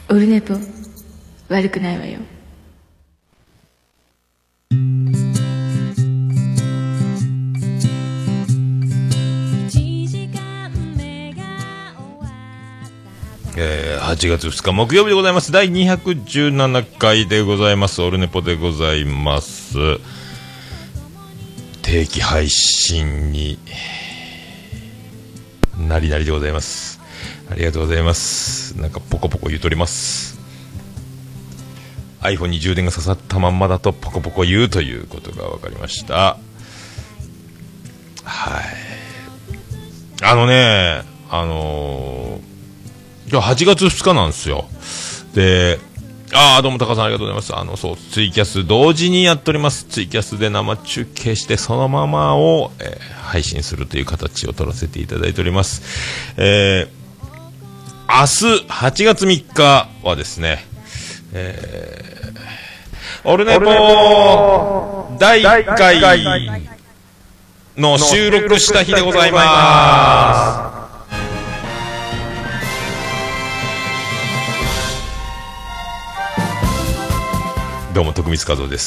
オルネポ悪くないわよ。 8月2日木曜日でございます。第217回でございます。オルネポでございます。定期配信になりなりでございます。ありがとうございます。なんかポコポコ言うとります。 iPhone に充電が刺さったまんまだとポコポコ言うということが分かりました。はい。今日8月2日なんですよ。で、どうも高さんありがとうございます。ツイキャス同時にやっております。ツイキャスで生中継してそのままを、配信するという形を取らせていただいております。明日8月3日はですね、オルネポ第1回の収録した日でございます。どうも徳光和夫です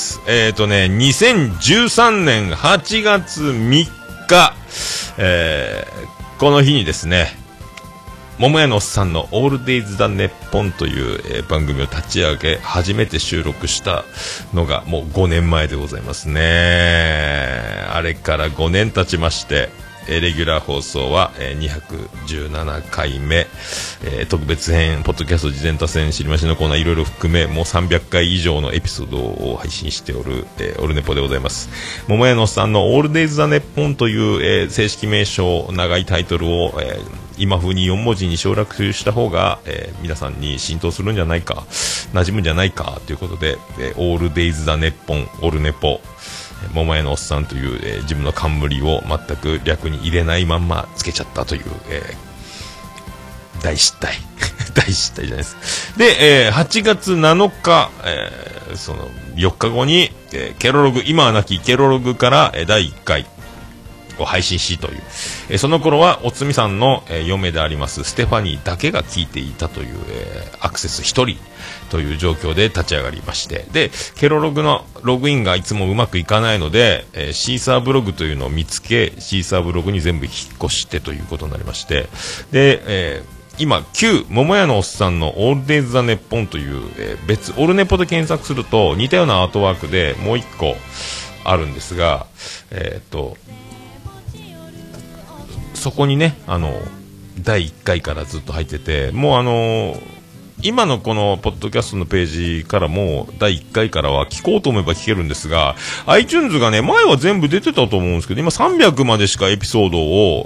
。2013年8月3日、この日にですね、桃屋のおっさんのオールデイズ・ザ・ネッポンという、番組を立ち上げ初めて収録したのがもう5年前でございますね。あれから5年経ちまして、レギュラー放送は217回目、特別編ポッドキャスト事前多戦知りましのコーナーいろいろ含めもう300回以上のエピソードを配信しておる、オルネポでございます。桃屋のおっさんのオールデイズ・ザ・ネッポンという、正式名称長いタイトルを、今風に4文字に省略した方が、皆さんに浸透するんじゃないか、馴染むんじゃないかということで、オールデイズ・ザ・ネッポンオルネポ桃屋のおっさんという、自分の冠を全く略に入れないまんまつけちゃったという、大失態大失態じゃないです。で、8月7日、その4日後に、ケロログ今はなきケロログから、第1回を配信しという、その頃はおつみさんの、嫁でありますステファニーだけが聞いていたという、アクセス1人という状況で立ち上がりまして、でケロログのログインがいつもうまくいかないので、シーサーブログというのを見つけシーサーブログに全部引っ越してということになりまして、で、今旧桃屋のおっさんのオールデイズ・ザ・ネッポンという、別オルネポで検索すると似たようなアートワークでもう一個あるんですが、そこにね第1回からずっと入ってて、もう今のこのポッドキャストのページからも第1回からは聞こうと思えば聞けるんですが、 iTunes がね前は全部出てたと思うんですけど、今300までしかエピソードを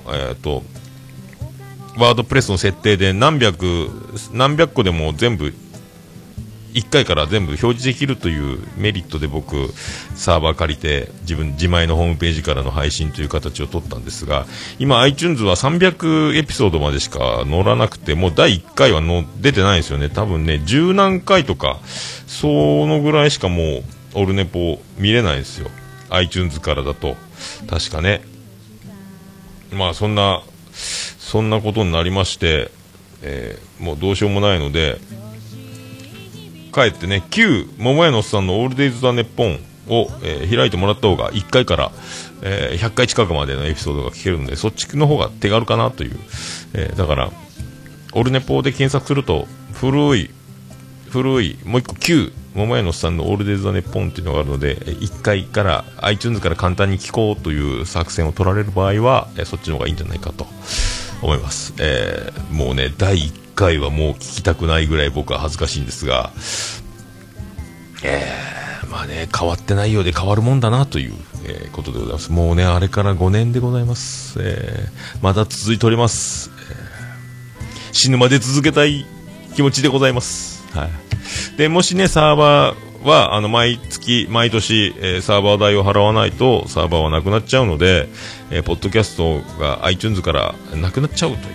ワードプレスの設定で何百個でも全部1回から全部表示できるというメリットで僕サーバー借りて自前のホームページからの配信という形を取ったんですが、今 iTunes は300エピソードまでしか載らなくて、もう第1回は出てないんですよね。多分ね10何回とかそのぐらいしかもうオルネポ見れないんですよ iTunes からだと確かね。まあそんなことになりまして、もうどうしようもないので帰ってね旧桃屋のおっさんのオールデイズ・ザ・ネッポンを、開いてもらった方が1回から、100回近くまでのエピソードが聞けるのでそっちの方が手軽かなという、だからオルネポで検索すると古いもう一個旧桃屋のおっさんのオールデイズ・ザ・ネッポンっていうのがあるので、1回から iTunes から簡単に聞こうという作戦を取られる場合は、そっちの方がいいんじゃないかと思います。もうね第1回はもう聞きたくないぐらい僕は恥ずかしいんですが、まあね変わってないようで変わるもんだなという、ことでございます。もうねあれから5年でございます。まだ続いております。死ぬまで続けたい気持ちでございます。はい。でもしねサーバーは毎月毎年、サーバー代を払わないとサーバーはなくなっちゃうので、ポッドキャストが iTunes からなくなっちゃうという。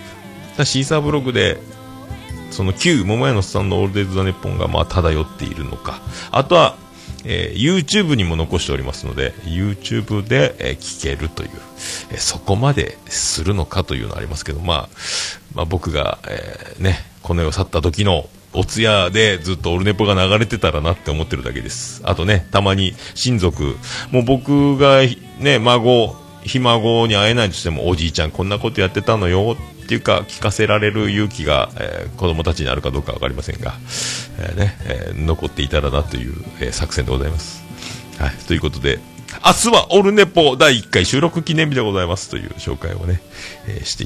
シーサーブログでその旧桃屋のさんのオールデイズ・ザ・ネッポンがまあ漂っているのか、あとは、YouTube にも残しておりますので YouTube で、聞けるという、そこまでするのかというのはありますけど、まあ僕が、ねこの世を去った時のお通夜でずっとオルネポが流れてたらなって思ってるだけです。あとね、たまに親族、もう僕がね、ひ孫に会えないとしても、おじいちゃんこんなことやってたのよっていうか聞かせられる勇気が、子供たちにあるかどうかわかりませんが、残っていたらなという、作戦でございます。はい、ということで、明日はオルネポ第1回収録記念日でございますという紹介をね、して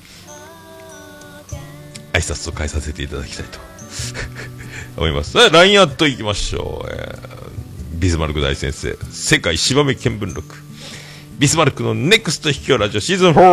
挨拶と変えさせていただきたいと思います。LINE アットいきましょう。ビスマルク大先生、世界芝目見聞録、ビスマルクのネクスト秘境ラジオシーズン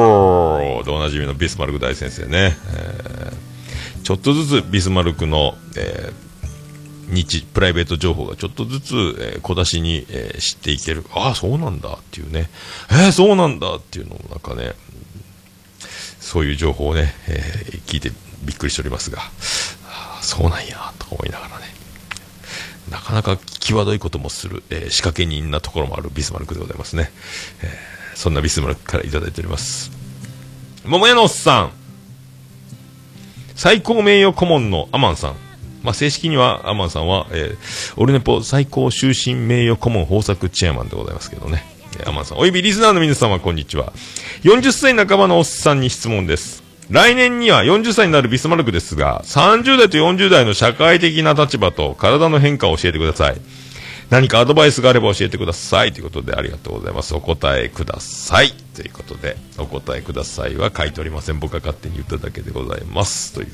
4でおなじみのビスマルク大先生ね、ちょっとずつビスマルクの、プライベート情報がちょっとずつ、小出しに、知っていける。ああ、そうなんだっていうね、そうなんだっていうのもなんかね、そういう情報をね、聞いてびっくりしておりますが、そうなんやと思いながらね、なかなか際どいこともする、仕掛け人なところもあるビスマルクでございますね。そんなビスマルクからいただいております。桃屋のおっさん、最高名誉顧問のアマンさん、正式にはアマンさんは、オルネポ最高終身名誉顧問豊作チェアマンでございますけどね、アマンさんおよびリスナーの皆様こんにちは。40歳半ばのおっさんに質問です。来年には40歳になるビスマルクですが、30代と40代の社会的な立場と体の変化を教えてください。何かアドバイスがあれば教えてくださいということで、ありがとうございます。お答えくださいということで、お答えくださいは書いておりません。僕が勝手に言っただけでございますという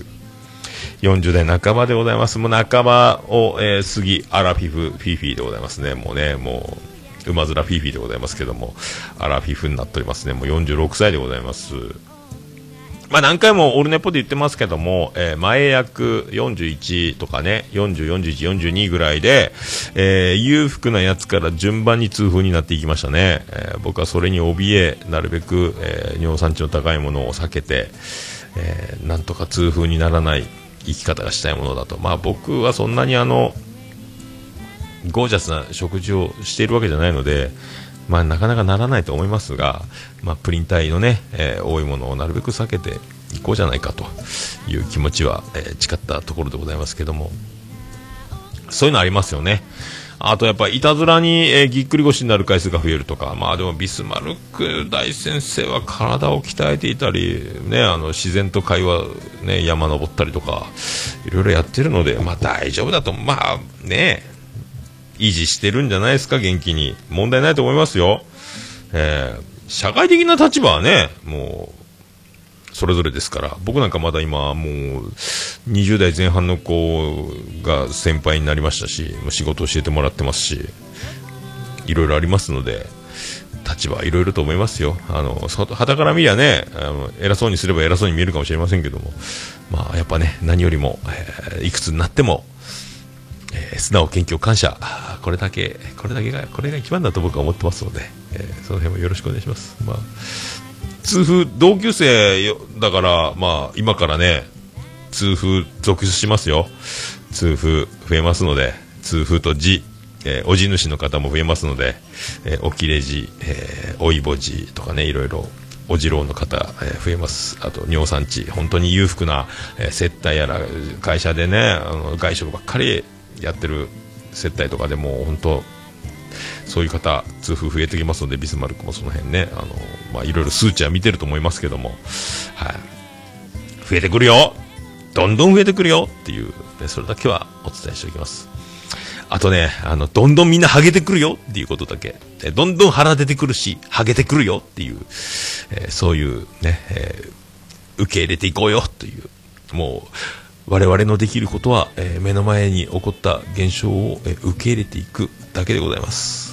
40代半ばでございます。もう半ばを、過ぎアラフィフフィーフィーでございますね。もうね、もう馬面フィーフィーでございますけども、アラフィフになっておりますね。もう46歳でございます。何回もオルネポで言ってますけども、前役41とかね、40、41、42ぐらいで、裕福なやつから順番に痛風になっていきましたね。僕はそれに怯え、なるべく、尿酸値の高いものを避けて、なんとか痛風にならない生き方がしたいものだと。僕はそんなにゴージャスな食事をしているわけじゃないので、なかなかならないと思いますが、プリン体のね、多いものをなるべく避けていこうじゃないかという気持ちは、誓ったところでございますけども、そういうのありますよね。あとやっぱいたずらに、ぎっくり腰になる回数が増えるとか、でもビスマルク大先生は体を鍛えていたり、ね、自然と会話、ね、山登ったりとかいろいろやってるので、大丈夫だと、ね、維持してるんじゃないですか。元気に問題ないと思いますよ。社会的な立場はね、もうそれぞれですから、僕なんかまだ今もう20代前半の子が先輩になりましたし、仕事を教えてもらってますし、いろいろありますので、立場はいろいろと思いますよ。傍から見りゃね、偉そうにすれば偉そうに見えるかもしれませんけども、やっぱね、何よりも、いくつになっても素直、謙虚、感謝、これが一番だと僕は思ってますので、その辺もよろしくお願いします。痛風同級生だから、今からね、痛風続出しますよ。痛風増えますので、痛風とおじ主の方も増えますので、おきれじ、おいぼじとかね、いろいろおじろうの方、増えます。あと尿酸値、本当に裕福な、接待やら会社でね、外食ばっかりやってる接待とかでも本当そういう方痛風増えてきますので、ビスマルクもその辺ね、いろいろ数値は見てると思いますけども、増えてくるよ、どんどん増えてくるよっていう、それだけはお伝えしておきます。あとね、どんどんみんなハゲてくるよっていうことだけ、どんどん腹出てくるしハゲてくるよっていう、そういうね、受け入れていこうよという、もう我々のできることは、目の前に起こった現象を、受け入れていくだけでございます。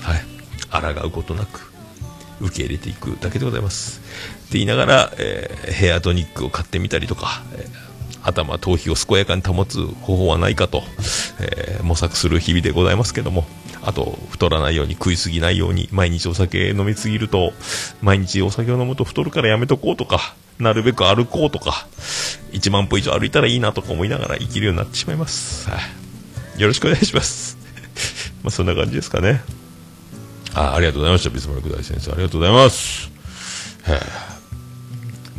抗うことなく受け入れていくだけでございます。って言いながら、ヘアトニックを買ってみたりとか、頭皮を健やかに保つ方法はないかと、模索する日々でございますけども、あと太らないように、食いすぎないように、毎日お酒飲みすぎると、毎日お酒を飲むと太るからやめとこうとか、なるべく歩こうとか、1万歩以上歩いたらいいなとか思いながら生きるようになってしまいます。よろしくお願いしますそんな感じですかね。ありがとうございました。ビスマルク大先生、ありがとうございます。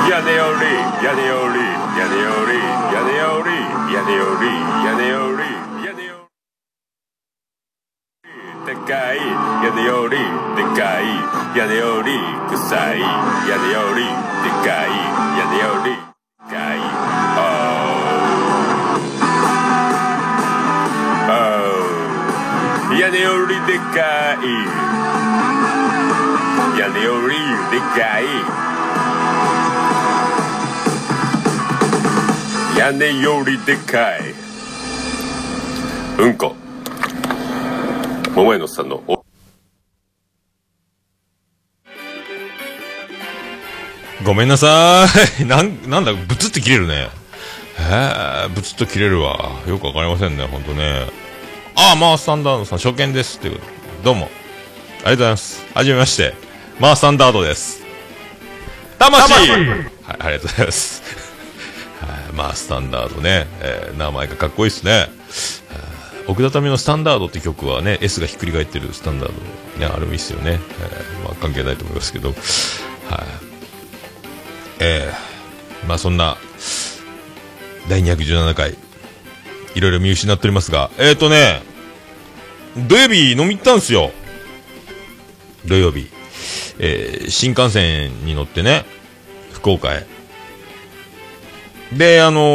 屋根より屋根より屋根より屋根より屋根より屋根より屋根よりでかい屋根よりでかい屋根より臭い屋根よりでかい屋根よりでかい屋根よりでかい屋根よりでかい屋根よりでかいうんこ桃屋のさんのごめんなさい。なんだ、ブツって切れるね。ブツッと切れるわ。よくわかりませんね、ほんとね。マースタンダードさん、初見です。ということで、どうも。ありがとうございます。はじめまして。マースタンダードです。魂はい、ありがとうございます。マースタンダードね。名前がかっこいいっすね。奥田民のスタンダードって曲はね、S がひっくり返ってるスタンダード。ね、あれもいいっすよね。関係ないと思いますけど。そんな、第217回、いろいろ見失っておりますが、土曜日飲み行ったんですよ。土曜日。新幹線に乗ってね、福岡へ。で、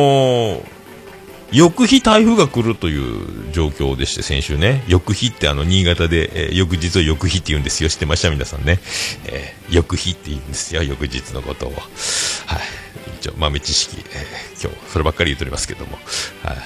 翌日台風が来るという状況でして、先週ね、翌日って新潟で、翌日を翌日って言うんですよ。知ってました皆さんね。翌日って言うんですよ、翌日のことを。はい。一応、豆知識、今日、そればっかり言っておりますけども。はい。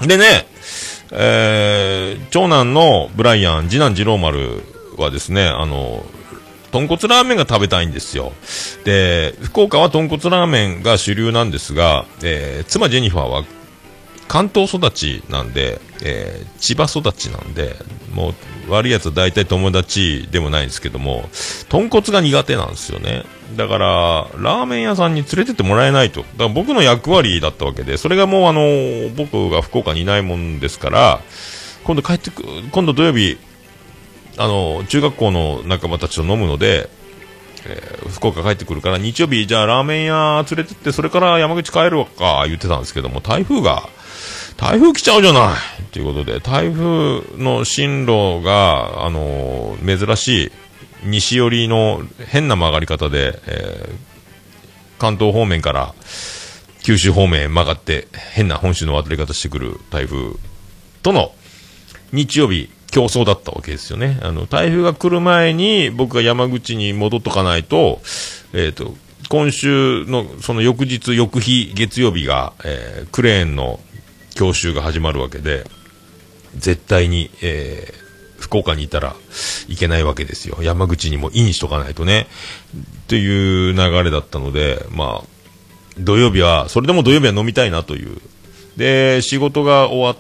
でね、長男のブライアン、次男次郎丸はですね、豚骨ラーメンが食べたいんですよ。で、福岡は豚骨ラーメンが主流なんですが、妻ジェニファーは関東育ちなんで、千葉育ちなんで、もう悪いやつは大体友達でもないんですけども、豚骨が苦手なんですよね。だから、ラーメン屋さんに連れてってもらえないと。だから僕の役割だったわけで、それがもう僕が福岡にいないもんですから、今度土曜日、中学校の仲間たちと飲むので、福岡帰ってくるから日曜日じゃあラーメン屋連れてってそれから山口帰るわか言ってたんですけども、台風来ちゃうじゃないということで、台風の進路が珍しい西寄りの変な曲がり方で、関東方面から九州方面へ曲がって変な本州の渡り方してくる台風との日曜日競争だったわけですよね。台風が来る前に僕が山口に戻っとかないと、今週のその翌日、翌日、月曜日が、クレーンの教習が始まるわけで、絶対に、福岡にいたらいけないわけですよ。山口にもインしとかないとね。っていう流れだったので、土曜日は、それでも土曜日は飲みたいなという。で、仕事が終わって、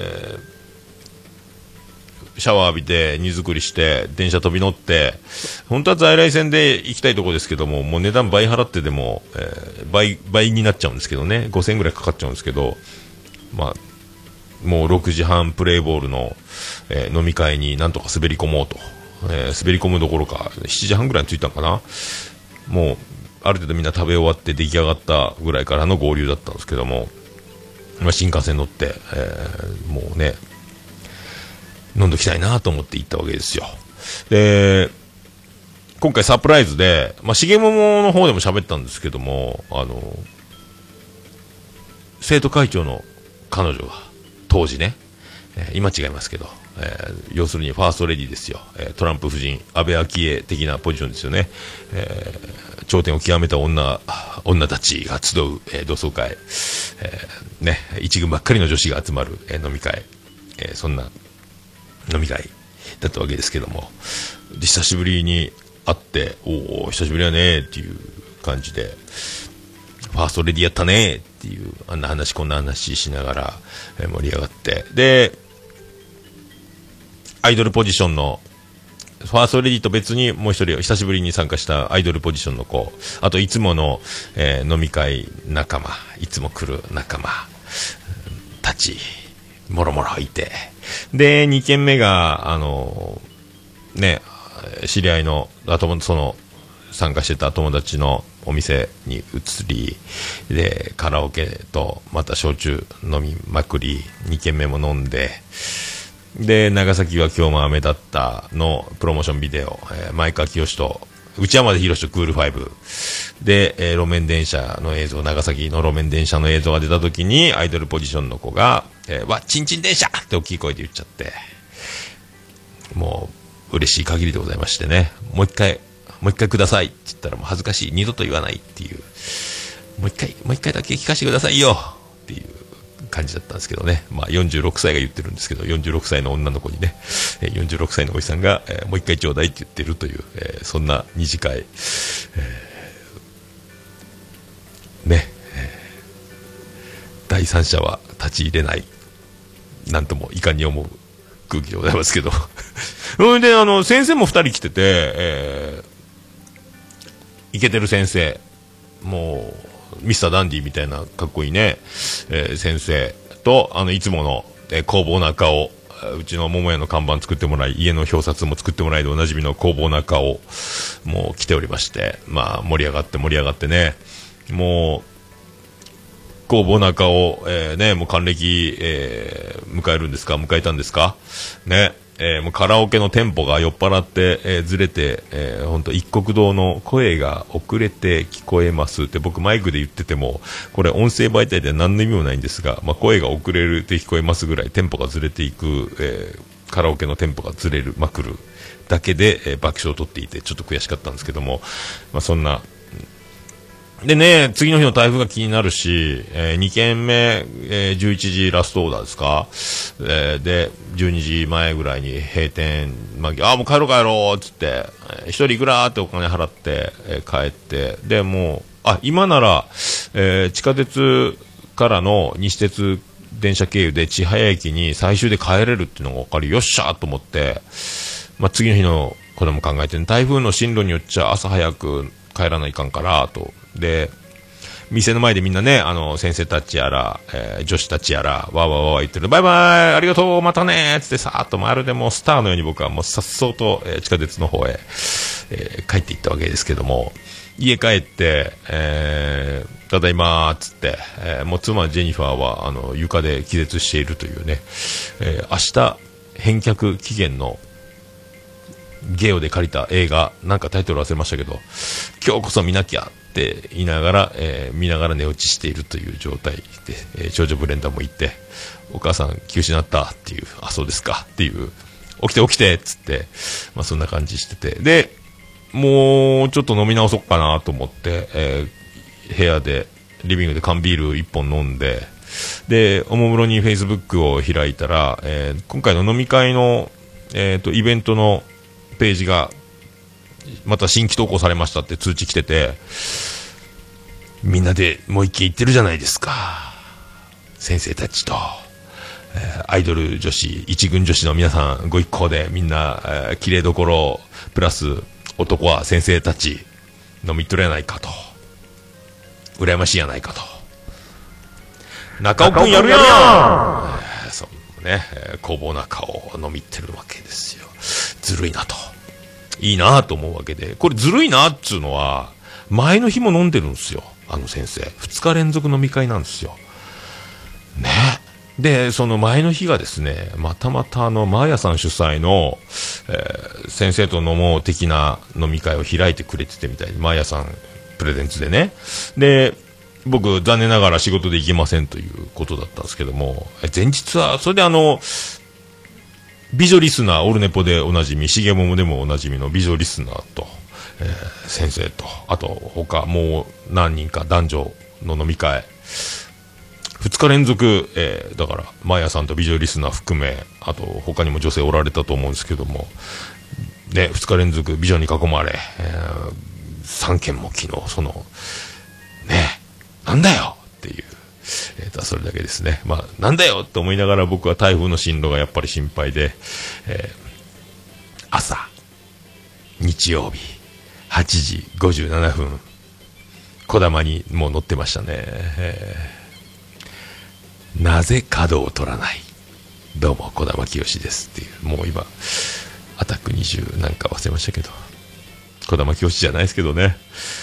シャワー浴びて荷造りして電車飛び乗って本当は在来線で行きたいところですけども、もう値段倍払ってでも、倍になっちゃうんですけどね、5000円ぐらいかかっちゃうんですけど、もう6時半プレイボールの、飲み会になんとか滑り込もうと、滑り込むどころか7時半ぐらいに着いたのかな。もうある程度みんな食べ終わって出来上がったぐらいからの合流だったんですけども、新幹線乗って、もうね飲んどきたいなと思って行ったわけですよ。で、今回サプライズで、重桃の方でも喋ったんですけども、生徒会長の彼女が当時ね、今違いますけど、要するにファーストレディですよ。トランプ夫人、安倍昭恵的なポジションですよね。頂点を極めた女たちが集う、同窓会、一軍ばっかりの女子が集まる、飲み会、そんな飲み会だったわけですけども、で久しぶりに会って、おお久しぶりやねっていう感じで、ファーストレディやったねっていう、あんな話こんな話しながら、盛り上がって、でアイドルポジションのファーストレディと別にもう一人久しぶりに参加したアイドルポジションの子、あといつもの、飲み会仲間、いつも来る仲間たちもろもろいて、で2軒目が知り合いの、あとその参加してた友達のお店に移り、でカラオケとまた焼酎飲みまくり、2軒目も飲んで、で長崎は今日も雨だったのプロモーションビデオ、前川清と内山で博とクール5で、路面電車の映像、長崎の路面電車の映像が出た時にアイドルポジションの子が、わちんちん電車って大きい声で言っちゃって、もう嬉しい限りでございましてね、もう一回くださいって言ったら、もう恥ずかしい、二度と言わないっていう、もう一回だけ聞かせてくださいよっていう感じだったんですけどね。まあ46歳が言ってるんですけど、46歳の女の子にね、46歳のおじさんが、もう一回ちょうだいって言ってるという、そんな二次会、ね、第三者は立ち入れない、なんともいかに思う空気でございますけどそれで先生も2人来てて、イケてる先生、もうミスターダンディみたいなかっこいいね、先生といつもの、工房中尾、うちの桃屋の看板作ってもらい、家の表札も作ってもらいでおなじみの工房中尾もう来ておりまして、まあ盛り上がってね、もう工房中尾、ね、もう還暦、迎えたんですかね。もうカラオケのテンポが酔っ払って、ずれて、本当一国堂の声が遅れて聞こえますって僕マイクで言ってても、これ音声媒体では何の意味もないんですが、まあ、声が遅れるって聞こえますぐらいテンポがずれていく、カラオケのテンポがずれるまくるだけで、爆笑を取っていてちょっと悔しかったんですけども、まあ、そんなでね、次の日の台風が気になるし、2件目、11時ラストオーダーですか、で12時前ぐらいに閉店、もう帰ろうっつって、1人いくらってお金払って、帰って、でもう今なら、地下鉄からの西鉄電車経由で千早駅に最終で帰れるっていうのが分かり、よっしゃーと思って、まあ、次の日のことも考えて、台風の進路によっちゃ朝早く帰らないかんからと。で店の前でみんなね、先生たちやら、女子たちやらわーわーわー言ってる、バイバイありがとうまたねーつってさーっと、まるでもうスターのように僕はもうさっそうと、地下鉄の方へ、帰っていったわけですけども、家帰って、ただいまーっつって、もう妻ジェニファーは床で気絶しているというね、明日返却期限のゲオで借りた映画、なんかタイトル忘れましたけど、今日こそ見なきゃって言いながら、見ながら寝落ちしているという状態で、長女ブレンダーも行って、お母さん気失ったっていう、あそうですかっていう、起きてっつって、まあそんな感じしてて、でもうちょっと飲み直そうかなと思って、部屋でリビングで缶ビール1本飲んで、でおもむろにフェイスブックを開いたら、今回の飲み会の、イベントのページがまた新規投稿されましたって通知来てて、みんなでもう一軒行ってるじゃないですか、先生たちと、アイドル女子一軍女子の皆さんご一行でみんな、綺麗どころプラス男は先生たち飲みとれないかと、羨ましいやないかと、中尾くんやるやん、そうね、工房中を飲みってるわけですよ。ずるいなと、いいなと思うわけで、これずるいなっつうのは前の日も飲んでるんですよ、先生2日連続飲み会なんですよね。でその前の日がですね、またマーヤさん主催の、先生と飲もう的な飲み会を開いてくれててみたいで、マーヤさんプレゼンツでね、で僕残念ながら仕事で行けませんということだったんですけども、前日はそれで美女リスナー、オルネポでおなじみ、しげももでもおなじみの美女リスナーと、先生と、あと他もう何人か男女の飲み会2日連続、だからマヤさんと美女リスナー含め、あと他にも女性おられたと思うんですけども、で2日連続美女に囲まれ、3件も昨日そのね、なんだよっていう、それだけですね。まあなんだよって思いながら僕は台風の進路がやっぱり心配で、朝日曜日8時57分こだまにもう乗ってましたね。なぜ角を取らない、どうも児玉清ですっていう、もう今アタック20なんか忘れましたけど、 小玉教師じゃないですけどね。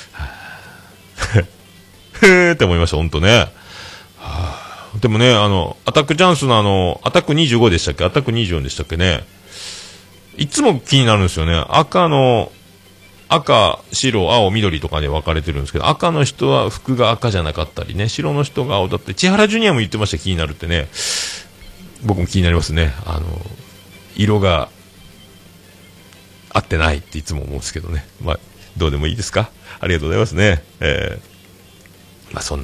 へーって思いました、ほんとね。でもね、アタックチャンスのアタック25でしたっけ、アタック24でしたっけね。いつも気になるんですよね。赤、白、青、緑とかで分かれてるんですけど、赤の人は服が赤じゃなかったりね、白の人が青だって、千原ジュニアも言ってました、気になるってね。僕も気になりますね。色が合ってないっていつも思うんですけどね。まあ、どうでもいいですか。ありがとうございますね。まあ、そん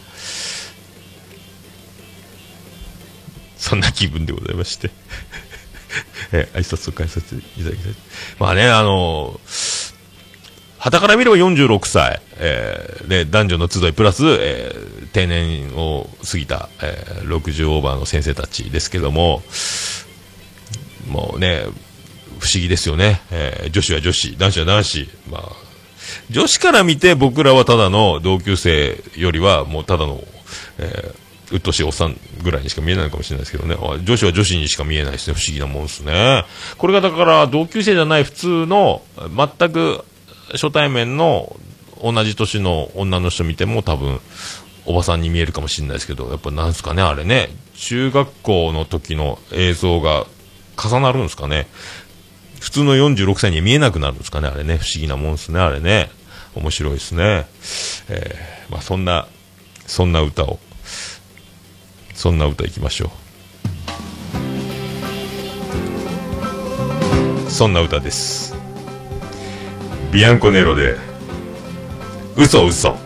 な気分でございまして。挨拶を返させていただきたい。まあね、傍から見れば46歳、で、男女の集いプラス、定年を過ぎた、60オーバーの先生たちですけども、もうね、不思議ですよね。女子は女子、男子は男子。まあ、女子から見て僕らはただの同級生よりは、もうただの、うっとしいおっさんぐらいにしか見えないかもしれないですけどね。女子は女子にしか見えないですね。不思議なもんですね。これがだから同級生じゃない普通の全く初対面の同じ年の女の人見ても多分おばさんに見えるかもしれないですけど、やっぱなんすかね、あれね、中学校の時の映像が重なるんですかね。普通の46歳に見えなくなるんですかね、あれね。不思議なもんですね、あれね。面白いですね。まあそんな歌いきましょう。そんな歌です。ビアンコネロで嘘嘘。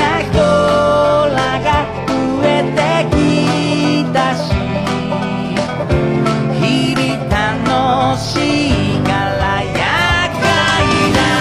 「 しいから厄介だ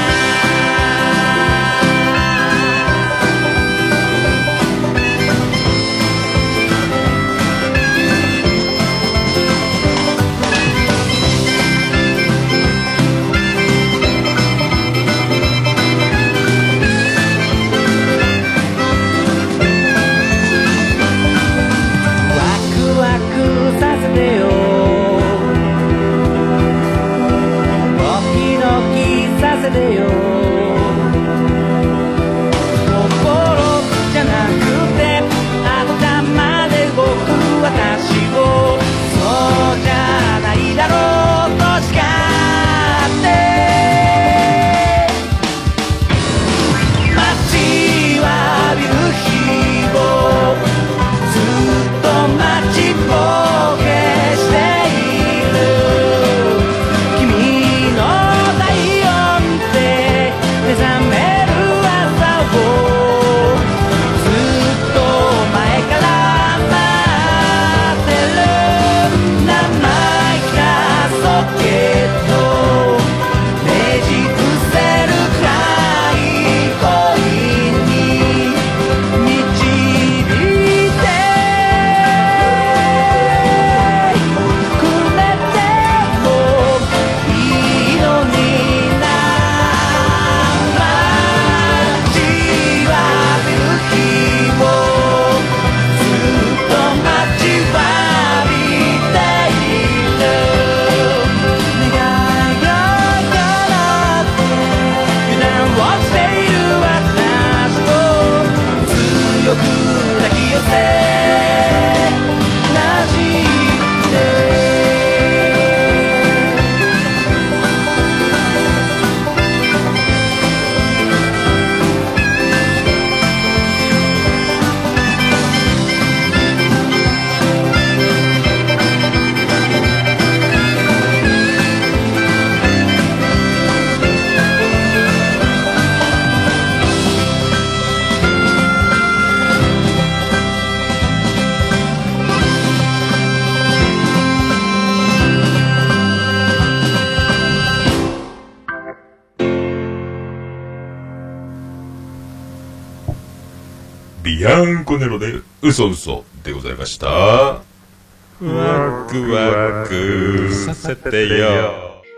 ビアンコネロで嘘嘘でございました。ワクワクさせてよ。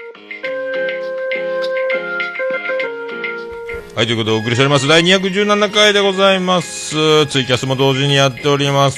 はい、ということでお送りしております第217回でございます。ツイキャスも同時にやっております。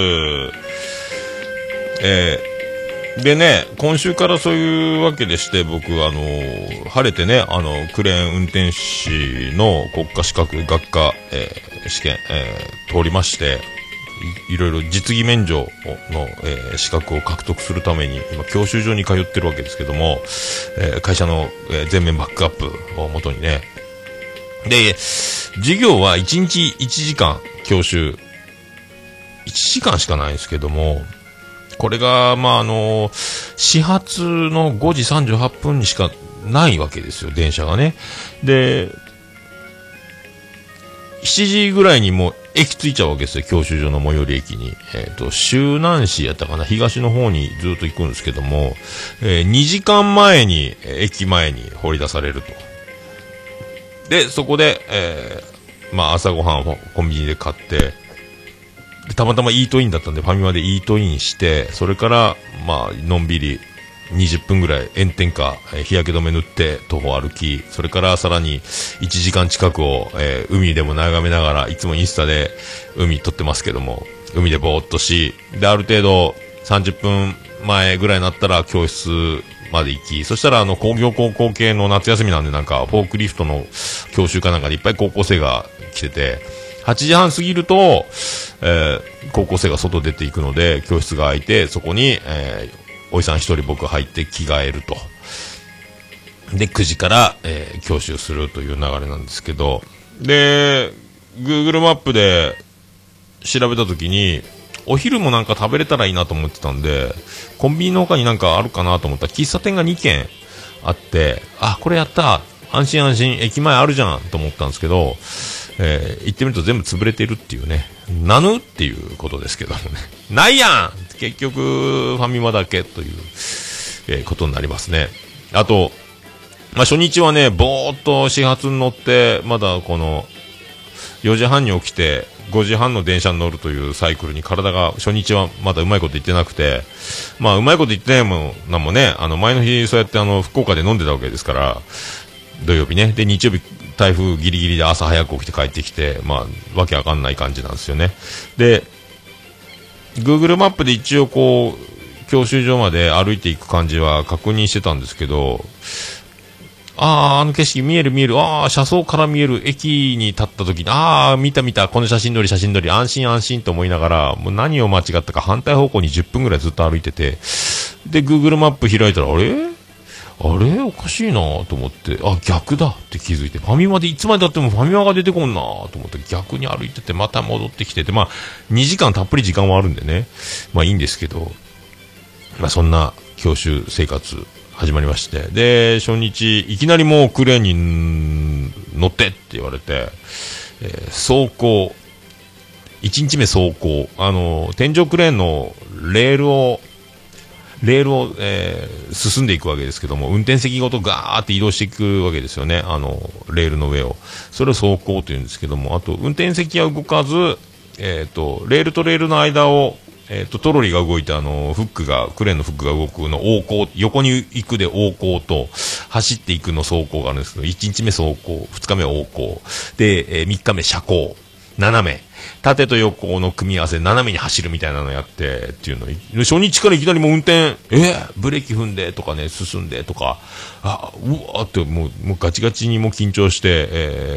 でね、今週からそういうわけでして、僕晴れてね、クレーン運転士の国家資格学科、試験、通りまして、いろいろ実技免除の、資格を獲得するために今教習所に通ってるわけですけども、会社の、全面バックアップをもとにね、で授業は1日1時間教習1時間しかないんですけども、これが始発の5時38分にしかないわけですよ、電車がね。で7時ぐらいにもう駅着いちゃうわけですよ、教習所の最寄り駅に。周南市やったかな、東の方にずっと行くんですけども、2時間前に駅前に放り出されると。でそこで、朝ごはんをコンビニで買って、たまたまイートインだったんでファミマでイートインして、それからのんびり20分ぐらい炎天下、日焼け止め塗って徒歩歩き、それからさらに1時間近くを、海でも眺めながら、いつもインスタで海撮ってますけども、海でぼーっとし、である程度30分前ぐらいになったら教室まで行き、そしたら工業高校系の夏休みなんで、なんかフォークリフトの教習かなんかでいっぱい高校生が来てて、8時半過ぎると、高校生が外出ていくので教室が空いて、そこに、おじさん一人僕入って着替えると。で9時から、教習するという流れなんですけど、で Google マップで調べたときにお昼もなんか食べれたらいいなと思ってたんで、コンビニの他になんかあるかなと思ったら喫茶店が2軒あって、あ、これやった、安心安心駅前あるじゃんと思ったんですけど、行ってみると全部潰れているっていうね、なぬっていうことですけどもね、ないやん結局ファミマだけということになりますね。あと、まあ、初日はね、ぼーっと始発に乗って、まだこの、4時半に起きて、5時半の電車に乗るというサイクルに体が、初日はまだうまいこと言ってなくて、まあ、うまいこと言ってないもんなんもね、前の日、そうやって福岡で飲んでたわけですから、土曜日ね。で、日曜日、台風ギリギリで朝早く起きて帰ってきて、まあ、わけわかんない感じなんですよね。で、Google マップで一応こう、教習所まで歩いていく感じは確認してたんですけど、あの景色見える見える、車窓から見える、駅に立った時に、見た、この写真撮り、安心安心と思いながら、もう何を間違ったか反対方向に10分ぐらいずっと歩いてて、で、Google マップ開いたら、あれおかしいなと思って、逆だって気づいて、ファミマでいつまでだってもファミマが出てこんなと思って、逆に歩いてて、また戻ってきてて、まあ、2時間たっぷり時間はあるんでね、まあいいんですけど、まあそんな教習生活、始まりまして。で、初日、いきなりもうクレーンに乗ってって言われて、走行、1日目走行、天井クレーンのレールを、進んでいくわけですけども、運転席ごとガーって移動していくわけですよね。レールの上を。それを走行というんですけども、あと、運転席は動かず、レールとレールの間を、トロリーが動いてクレーンのフックが動くの横行、横に行くで横行と、走っていくの走行があるんですけど、1日目走行、2日目横行、で、3日目車高、斜め、縦と横の組み合わせ、斜めに走るみたいなのやって、っていうの、初日からいきなりもう運転、ブレーキ踏んでとかね、進んでとか、うわーってもうガチガチにも緊張して、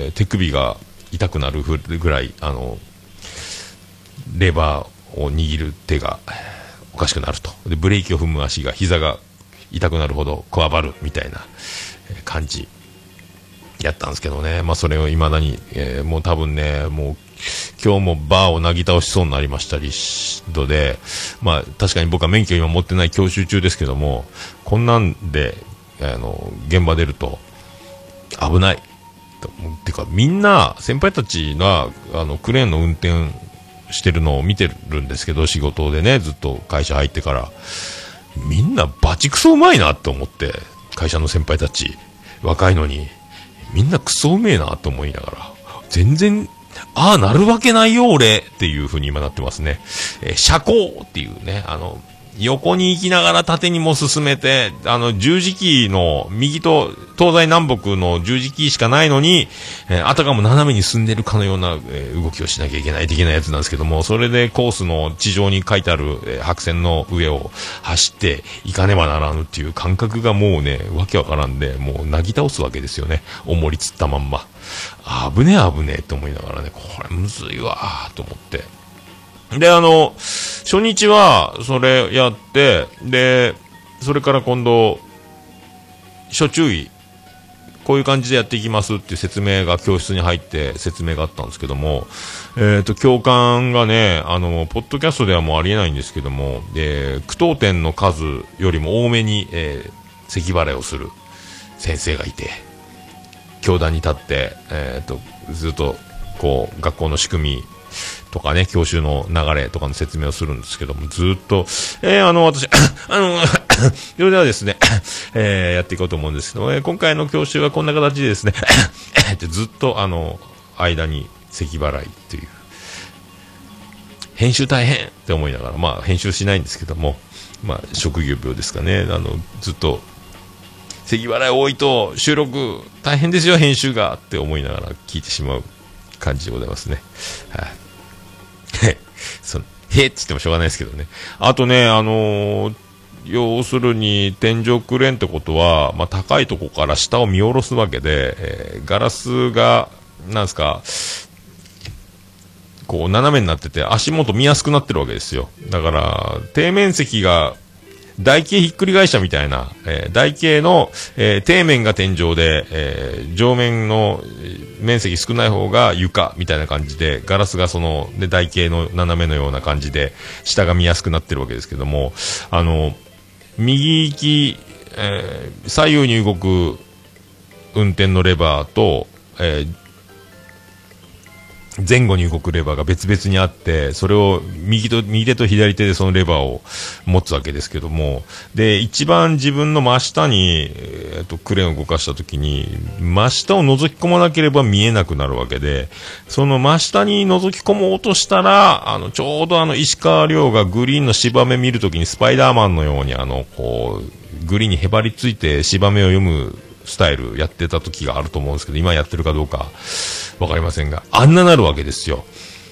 手首が痛くなるぐらい、レバー、を握る手がおかしくなると。で、ブレーキを踏む足が、膝が痛くなるほどこわばるみたいな感じやったんですけどね。まあそれを未だに、もう多分ね、もう今日もバーをなぎ倒しそうになりましたりので、まあ確かに僕は免許今持ってない教習中ですけども、こんなんで、現場出ると危ない。てかみんな、先輩たちが、クレーンの運転してるのを見てるんですけど、仕事でね、ずっと会社入ってから、みんなバチクソうまいなと思って、会社の先輩たち、若いのに、みんなクソうめえなと思いながら、全然、なるわけないよ俺っていう風に今なってますね。車高っていうね、横に行きながら縦にも進めて、十字キーの右と東西南北の十字キーしかないのに、あたかも斜めに進んでるかのような、動きをしなきゃいけない的なやつなんですけども、それでコースの地上に書いてある、白線の上を走っていかねばならぬっていう感覚がもうね、わけわからんで、もうなぎ倒すわけですよね。重りつったまんま。危ねえと思いながらね、これむずいわーと思って。で、初日は、それやって、で、それから今度、諸注意、こういう感じでやっていきますっていう説明が、教室に入って説明があったんですけども、教官がね、ポッドキャストではもうありえないんですけども、句読点の数よりも多めに、咳払いをする先生がいて、教壇に立って、ずっと、こう、学校の仕組み、とかね、教習の流れとかの説明をするんですけども、ずっと、私、それではですね、やっていこうと思うんですけど、今回の教習はこんな形でですね、ってずっと間に咳払いという、編集大変って思いながら、まあ編集しないんですけども、まあ職業病ですかね、ずっと、咳払い多いと収録大変ですよ、編集がって思いながら聞いてしまう感じでございますね。はい。へっつってもしょうがないですけどね。あとね、要するに天井クレーンってことは、まあ、高いとこから下を見下ろすわけで、ガラスが、なんですか、こう斜めになってて足元見やすくなってるわけですよ。だから、底面積が台形ひっくり返したみたいな、台形の、底面が天井で、上面の面積少ない方が床みたいな感じで、ガラスがで台形の斜めのような感じで、下が見やすくなってるわけですけども、右行き、左右に動く運転のレバーと、 前後に動くレバーが別々にあって、それを右手と左手でそのレバーを持つわけですけども、で、一番自分の真下に、クレーンを動かした時に、真下を覗き込まなければ見えなくなるわけで、その真下に覗き込もうとしたら、ちょうど石川遼がグリーンの芝目見るときにスパイダーマンのようにグリーンにへばりついて芝目を読むスタイルやってた時があると思うんですけど、今やってるかどうかわかりませんが、あんななるわけですよ。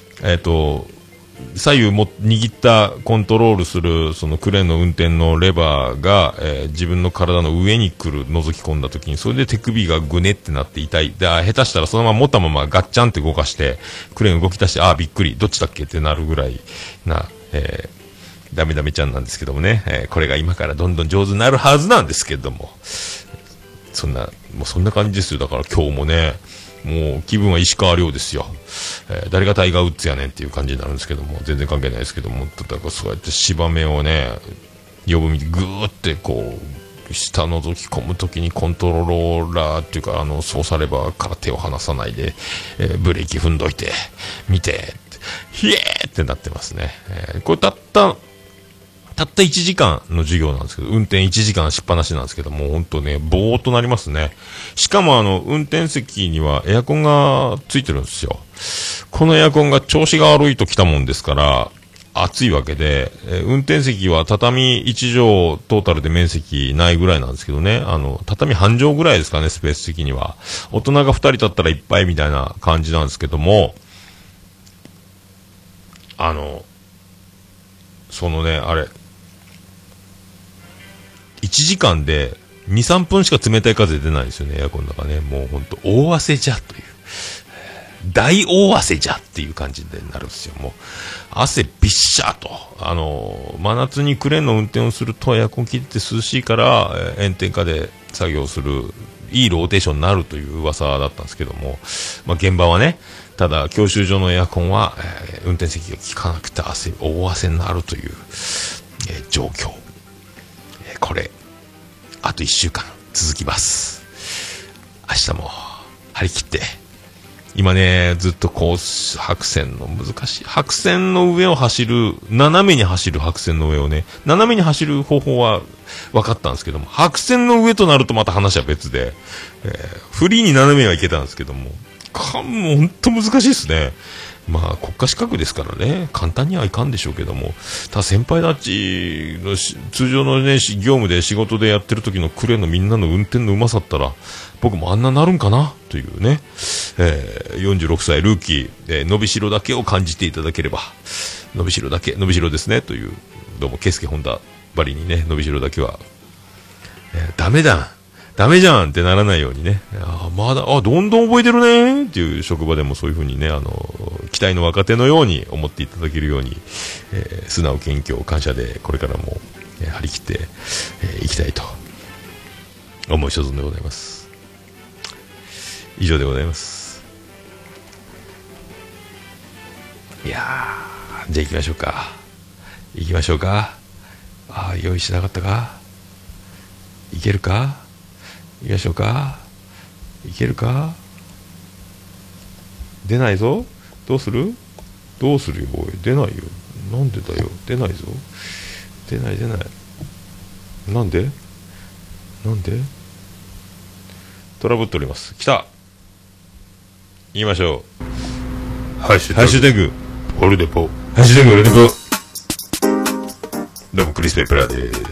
左右も握ったコントロールするそのクレーンの運転のレバーが、自分の体の上に来る覗き込んだ時に、それで手首がぐねってなって痛い。で、下手したらそのまま持ったままガッチャンって動かしてクレーン動き出して、びっくり、どっちだっけってなるぐらいな、ダメダメちゃんなんですけどもね、これが今からどんどん上手になるはずなんですけども、もうそんな感じですよ。だから今日もね、もう気分は石川遼ですよ。誰がタイガー・ウッズやねんっていう感じになるんですけども、全然関係ないですけども、だからそうやって芝目をね、呼ぶみてぐーってこう下覗き込むときにコントローラーっていうか操作レバーから手を離さないで、ブレーキ踏んどいて見てヒエーってなってますね。これたった1時間の授業なんですけど、運転1時間しっぱなしなんですけども、本当ね、ぼーっとなりますね。しかも運転席にはエアコンがついてるんですよ。このエアコンが調子が悪いと来たもんですから、暑いわけで、運転席は畳1畳トータルで面積ないぐらいなんですけどね、畳半畳ぐらいですかね、スペース的には。大人が2人立ったらいっぱいみたいな感じなんですけども、そのね、あれ、1時間で2、3分しか冷たい風出ないんですよね、エアコンの中ね。もうほんと、大汗じゃという。大大汗じゃっていう感じでなるんですよ。もう、汗びっしゃーと。真夏にクレーンの運転をするとエアコン効いてて涼しいから、炎天下で作業する、いいローテーションになるという噂だったんですけども、現場はね、ただ、教習所のエアコンは、運転席が効かなくて大汗になるという、状況。これあと1週間続きます。明日も張り切って今ね、ずっとこう白線の難しい白線の上を走る、斜めに走る白線の上をね、斜めに走る方法は分かったんですけども、白線の上となるとまた話は別で、フリーに斜めはいけたんですけども、もう本当難しいですね。国家資格ですからね、簡単にはいかんでしょうけども、ただ先輩たちの通常のね、業務で仕事でやってる時のクレーンのみんなの運転のうまさったら、僕もあんななるんかなというね、46歳ルーキー、伸びしろだけを感じていただければ、伸びしろですねという、どうもケイスケホンダばりにね、伸びしろだけは、ダメじゃんってならないようにね、どんどん覚えてるねっていう職場でもそういう風にね、期待の若手のように思っていただけるように、素直謙虚感謝でこれからも、張り切っていきたいと思い所存でございます。以上でございます。いやー、じゃあ行きましょうか。用意しなかったか。いけるか。行きましょうか。いけるか。出ないぞ。どうするよ。おい、出ないよ。なんでだよ。出ないぞ。出ない。なんでトラブっております。来た。言いましょう。ハッシュタグオルネポ。どうもクリス・ペプラーです。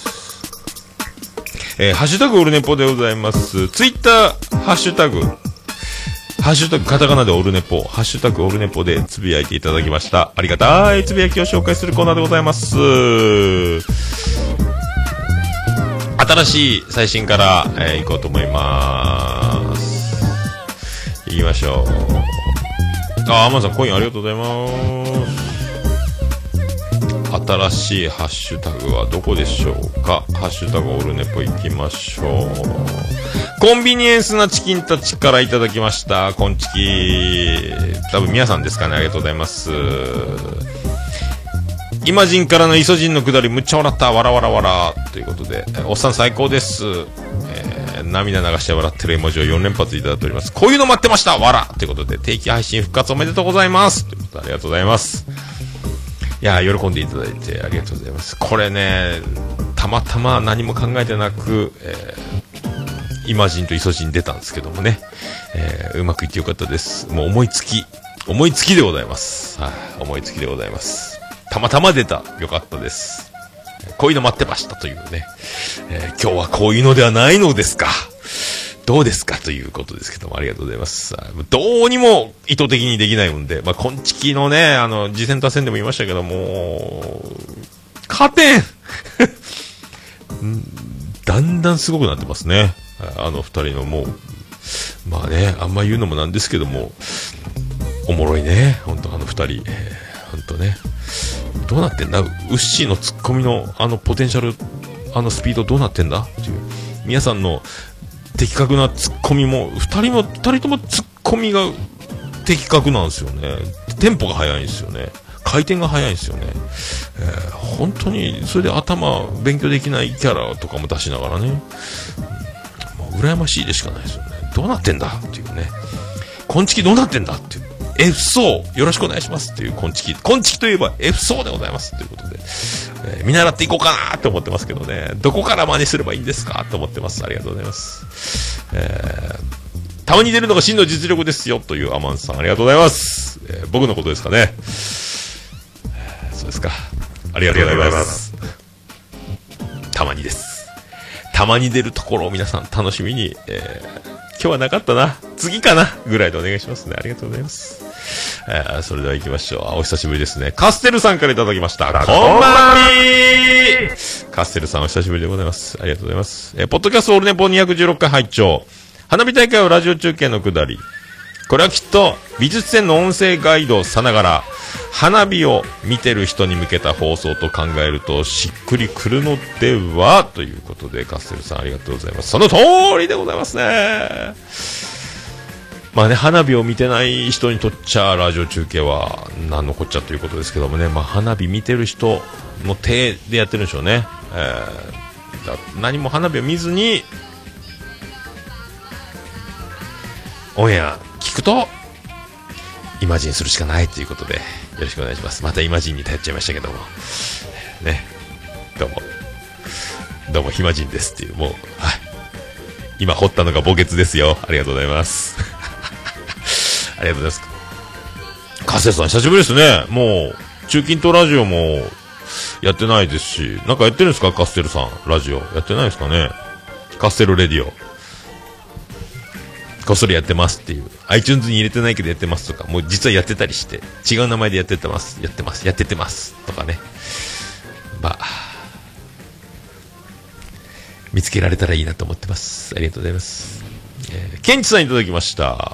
ハッシュタグオルネポでございます。ツイッターハッシュタグカタカナでオルネポ、ハッシュタグオルネポでつぶやいていただきました。ありがたいつぶやきを紹介するコーナーでございます。新しい最新から、行こうと思います。行きましょう。アマンさんコインありがとうございます。新しいハッシュタグはどこでしょうか。ハッシュタグオルネポ行きましょう。コンビニエンスなチキンたちからいただきました。コンチキ、多分皆さんですかね。ありがとうございます。イマジンからのイソジンのくだりむっちゃ笑った、わらわらわらということで、おっさん最高です。 涙流して笑ってる絵文字を4連発いただいております。こういうの待ってましたわらということで、定期配信復活おめでとうございますということで、ありがとうございます。いや喜んでいただいてありがとうございます。これね、たまたま何も考えてなく、イマジンとイソジン出たんですけどもね、うまくいってよかったです。もう思いつきでございます。はい、思いつきでございます。たまたま出た、よかったです。こういうの待ってましたというね、今日はこういうのではないのですか、どうですかということですけども、ありがとうございます。どうにも意図的にできないもんで、今月のね、次戦他戦でも言いましたけども、勝てんだんだんすごくなってますね。二人のもう、まあね、あんま言うのもなんですけども、おもろいね、ほんと二人、ほんとね、どうなってんだ、ウッシーのツッコミのポテンシャル、スピードどうなってんだっていう、皆さんの的確なツッコミも、二人ともツッコミが的確なんですよね。テンポが速いんですよね。回転が速いんですよね。本当に、それで頭勉強できないキャラとかも出しながらね、もう羨ましいでしかないですよね。どうなってんだっていうね。こんちきどうなってんだっていう。F 層よろしくお願いしますっていうこんちきといえば F 層でございますということで、見習っていこうかなと思ってますけどね、どこから真似すればいいんですかと思ってます。ありがとうございます。たまに出るのが真の実力ですよというアマンさん、ありがとうございます。僕のことですかね。そうですか、ありがとうございます。たまにです。たまに出るところを皆さん楽しみに、今日はなかったな、次かなぐらいでお願いしますね。ありがとうございます。それでは行きましょう。お久しぶりですね。カステルさんからいただきました。こんばんみー。カステルさんお久しぶりでございます。ありがとうございます。ポッドキャストオールネポ216回拝聴。花火大会はラジオ中継のくだり。これはきっと美術展の音声ガイドさながら花火を見てる人に向けた放送と考えるとしっくりくるのではということで、カステルさんありがとうございます。その通りでございますね。まあね、花火を見てない人にとっちゃラジオ中継は何のこっちゃということですけどもね、まあ花火見てる人の手でやってるんでしょうね。何も花火を見ずにオンエア聞くとイマジンするしかないということで、よろしくお願いします。またイマジンに頼っちゃいましたけどもね、どうもヒマジンですっていう、もう、はい、今掘ったのが墓穴ですよ。ありがとうございますありがとうございます。カセさん久しぶりですね。もう中近東ラジオもやってないですし、なんかやってるんですかカステルさん。ラジオやってないですかね。カステルレディオこっそりやってますっていう、 iTunes に入れてないけどやってますとか、もう実はやってたりして違う名前でやっててますとかね、まあ見つけられたらいいなと思ってます。ありがとうございます。ケンチさんいただきました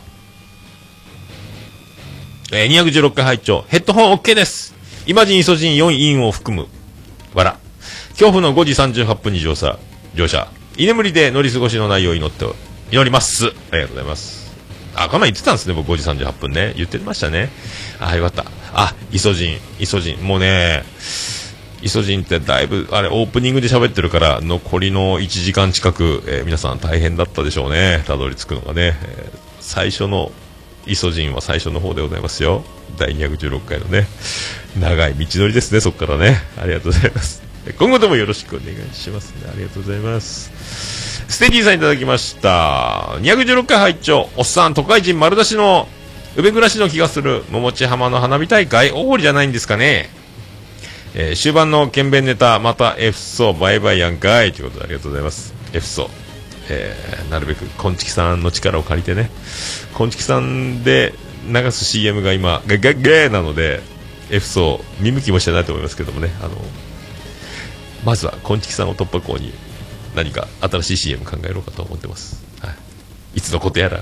。216回拝聴。ヘッドホン OK です。イマジンイソジン4インを含むわら恐怖の5時38分に乗車居眠りで乗り過ごしの内容を祈ります。ありがとうございます。この前言ってたんですね、僕5時38分ね。言ってましたね。よかった。イソジン。もうね、イソジンってだいぶ、オープニングで喋ってるから、残りの1時間近く、皆さん大変だったでしょうね。たどり着くのがね。最初のイソジンは最初の方でございますよ。第216回のね。長い道のりですね、そこからね。ありがとうございます。今後ともよろしくお願いしますね。ありがとうございます。ステディさんいただきました。216回拝聴。おっさん都会人丸出しの宇部暮らしの気がする桃地浜の花火大会大堀じゃないんですかね。終盤の剣弁ネタまた F 層バイバイやんかいということでありがとうございます。 F 層、なるべくこんちきさんの力を借りてね、こんちきさんで流す CM が今ガーなので F 層見向きもしてないと思いますけどもね、まずはこんちきさんを突破口に何か新しい CM 考えろうかと思ってます。はい、いつのことやら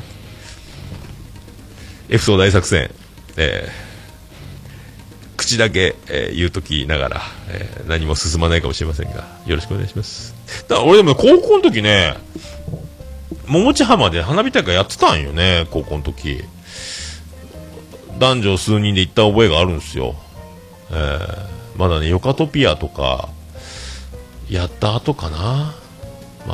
F 層大作戦、口だけ、言うときながら、何も進まないかもしれませんがよろしくお願いします。だから俺でも高校の時ね、桃地浜で花火大会やってたんよね。高校の時男女数人で行った覚えがあるんですよ。まだねヨカトピアとかやった後かな。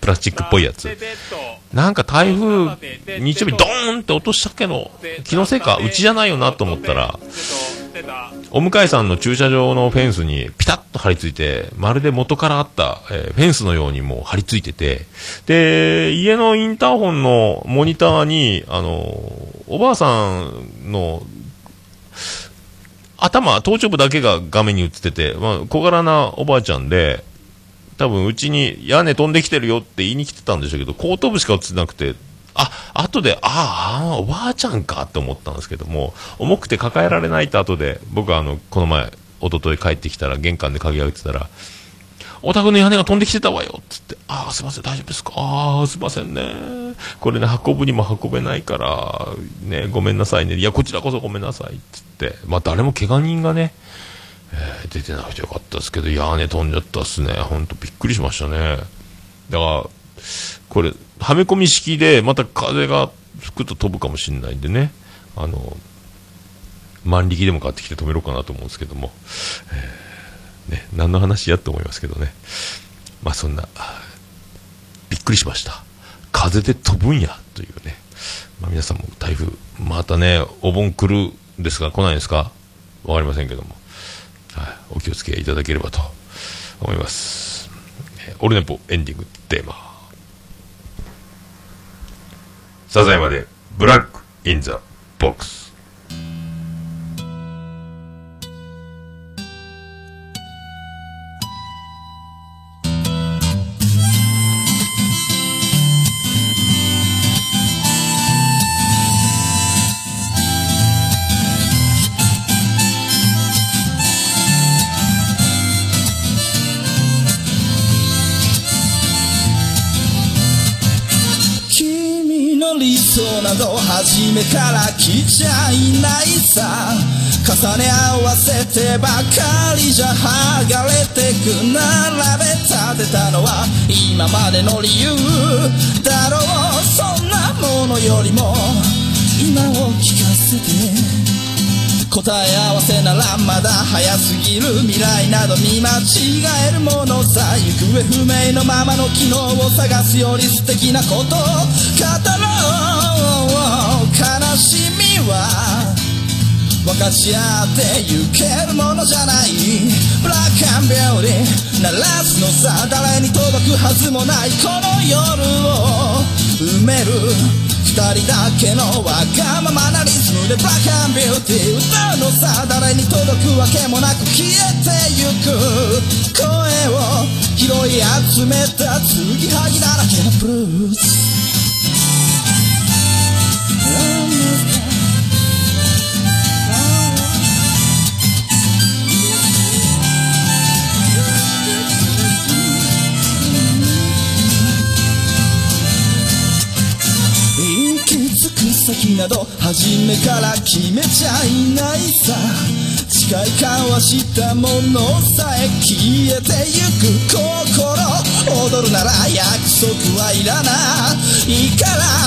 プラスチックっぽいやつ。なんか台風、日曜日ドーンって落としたけど、気のせいか、うちじゃないよなと思ったら、お向かいさんの駐車場のフェンスにピタッと張り付いて、まるで元からあった、フェンスのようにもう張り付いてて、で、家のインターホンのモニターに、おばあさんの、頭頂部だけが画面に映ってて、まあ、小柄なおばあちゃんで、多分うちに屋根飛んできてるよって言いに来てたんでしょうけど、後頭部しか映ってなくて、後で、おばあちゃんかって思ったんですけども、重くて抱えられないって後で、僕はこの前、一昨日帰ってきたら、玄関で鍵開けてたら、お宅の屋根が飛んできてたわよつって、すいません、大丈夫ですか？すいませんね。これね、運ぶにも運べないから、ね、ごめんなさいね。いや、こちらこそごめんなさい。つって。まあ、誰も怪我人がね、出てなくてよかったですけど、屋根飛んじゃったっすね。ほんとびっくりしましたね。だから、これ、はめ込み式で、また風が吹くと飛ぶかもしれないんでね、万力でも買ってきて止めろうかなと思うんですけども、ね、何の話やと思いますけどね。まあそんな、びっくりしました。風で飛ぶんや、というね。まあ皆さんも台風、またね、お盆来るんですか、来ないんですかわかりませんけども。はい、お気をつけいただければと思います。オルネポエンディングテーマ。サザエまでブラックインザボックス。 理想など初めから来ちゃいないさ、重ね合わせてばかりじゃ剥がれてく、並べ立てたのは今までの理由だろう。そんなものよりも今を聞かせて、答え合わせならまだ早すぎる、未来など見間違えるものさ、行方不明のままの昨日を探すより素敵なことを語ろう。悲しみは分かち合ってゆけるものじゃない、ブラックアンビューティー鳴らすのさ、誰に届くはずもないこの夜を埋める二人だけのわがままなリズムでブラックアンビューティー歌うのさ、誰に届くわけもなく消えてゆく声を拾い集めた継ぎはぎだらけのブルース。先など初めから決めちゃいないさ、誓い交わしたものさえ消えてゆく心踊るなら約束はいらないから、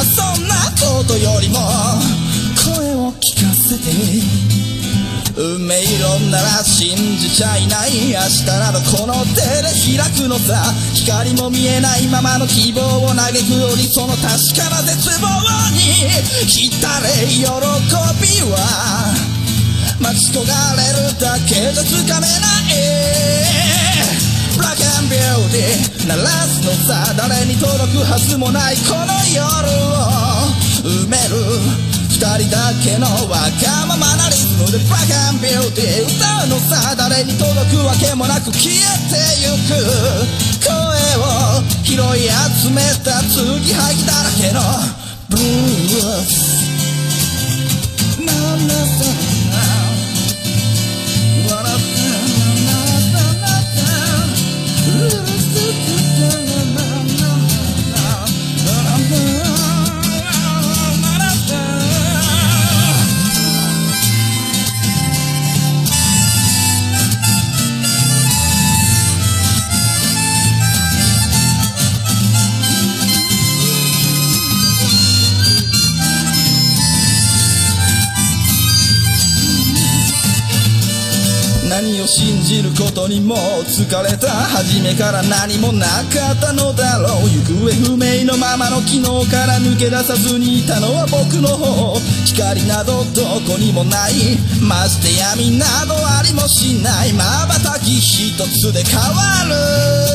そんなことよりも声を聞かせて、運命論なら信じちゃいない、明日などこの手で開くのさ、光も見えないままの希望を嘆くより、その確かな絶望に浸れ喜びは待ち焦がれるだけじゃつかめない。ブラックアンビューティー鳴らすのさ、誰に届くはずもないこの夜を埋める二人だけのわがままなリズムでブラックアンビューティー歌うのさ、誰に届くわけもなく消えてゆく声を拾い集めた継ぎはぎだらけのブルース。 何を信じることにも疲れた。初めから何もなかったのだろう。行方不明のままの昨日から抜け出さずにいたのは僕の方。光などどこにもない、まして闇などありもしない。瞬き一つで変わる。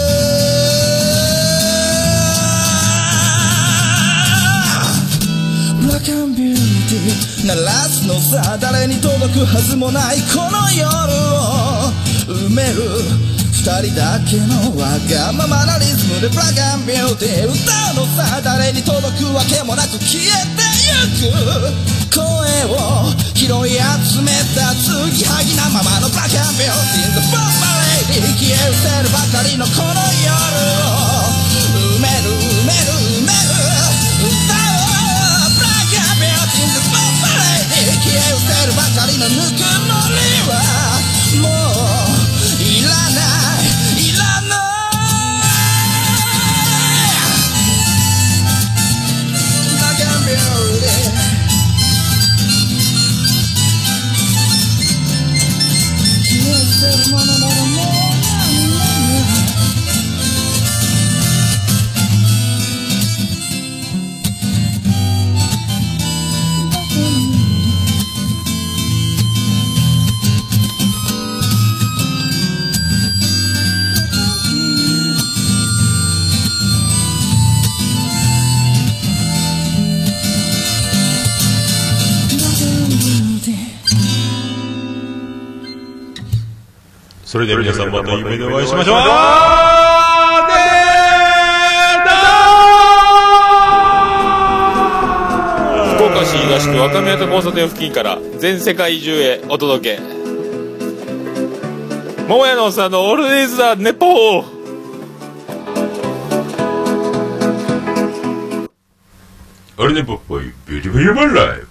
ブラック&ビューティー鳴らすのさ、誰に届くはずもないこの夜を埋める二人だけのわがままなリズムでブラック&ビューティー歌うのさ、誰に届くわけもなく消えてゆく声を拾い集めた継ぎはぎなままのブラック&ビューティー The Bomb Lady 消え失せるばかりのこの夜を埋める埋める埋める歌うブラック&ビューティー The Bomb Lady 消え失せるばかりのぬくもりはもういらないいらないブラック&ビューティーそれでは皆さんまた夢でお会いしましょう。 福岡市東区若宮と交差点付近から全世界中へお届け、桃屋のおっさんのオールディーズ・ザ・ネポー。 オルネポっぽいビューティフル・マン・ライフ。